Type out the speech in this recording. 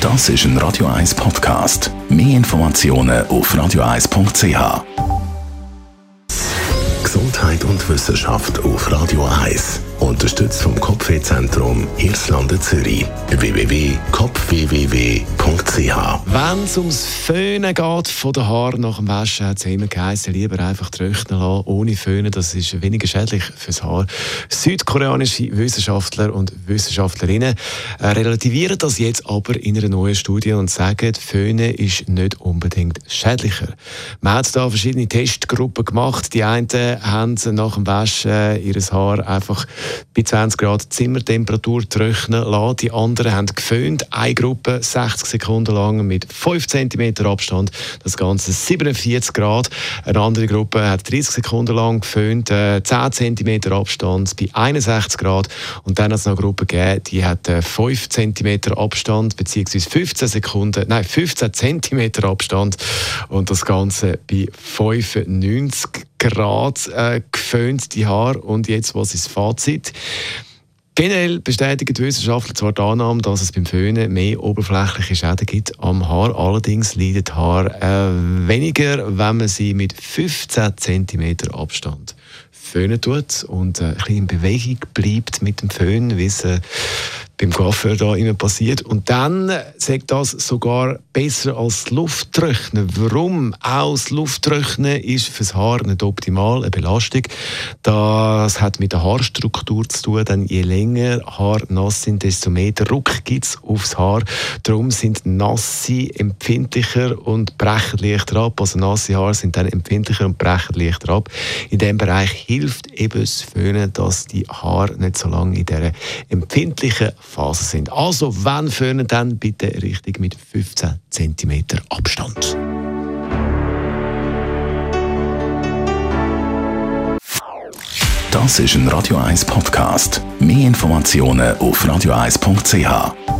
Das ist ein Radio 1 Podcast. Mehr Informationen auf radio1.ch. Gesundheit und Wissenschaft auf Radio 1. Unterstützt vom Kopfwehzentrum Irlande Zürich. www.kopfwww.ch. Wenn es ums Föhnen geht von den Haaren nach dem Waschen, hat es immer geheißen, lieber einfach trocknen lassen, ohne Föhnen. Das ist weniger schädlich fürs Haar. Südkoreanische Wissenschaftler und Wissenschaftlerinnen relativieren das jetzt aber in einer neuen Studie und sagen, Föhnen ist nicht unbedingt schädlicher. Man hat da verschiedene Testgruppen gemacht. Die einen haben nach dem Waschen ihr Haar einfach bei 20 Grad Zimmertemperatur trocknen lassen. Die anderen haben geföhnt. Eine Gruppe 60 Sekunden lang mit 5 cm Abstand. Das Ganze 47 Grad. Eine andere Gruppe hat 30 Sekunden lang geföhnt. 10 cm Abstand bei 61 Grad. Und dann hat es noch eine Gruppe gegeben, die hat 5 cm Abstand bzw. 15 cm Abstand. Und das Ganze bei 95 Grad geföhnt, die Haare. Und jetzt, was ist das Fazit? Generell bestätigen die Wissenschaftler zwar die Annahme, dass es beim Föhnen mehr oberflächliche Schäden gibt am Haar. Allerdings leiden die Haare weniger, wenn man sie mit 15 cm Abstand föhnen tut und ein bisschen in Bewegung bleibt mit dem Föhn, wie es beim Coiffeur da immer passiert. Und dann sagt das sogar besser als Lufttrocknen. Warum? Auch das Lufttrocknen ist fürs Haar nicht optimal, eine Belastung. Das hat mit der Haarstruktur zu tun, denn je länger Haare nass sind, desto mehr Druck gibt es aufs Haar. Darum sind nasse empfindlicher und brechen leichter ab. Also nasse Haare sind dann empfindlicher und brechen leichter ab. In diesem Bereich hilft eben das Föhnen, dass die Haare nicht so lange in dieser empfindlichen Phase sind. Also, wenn föhnen, dann bitte richtig mit 15 cm Abstand. Das ist ein Radio 1 Podcast. Mehr Informationen auf radio1.ch.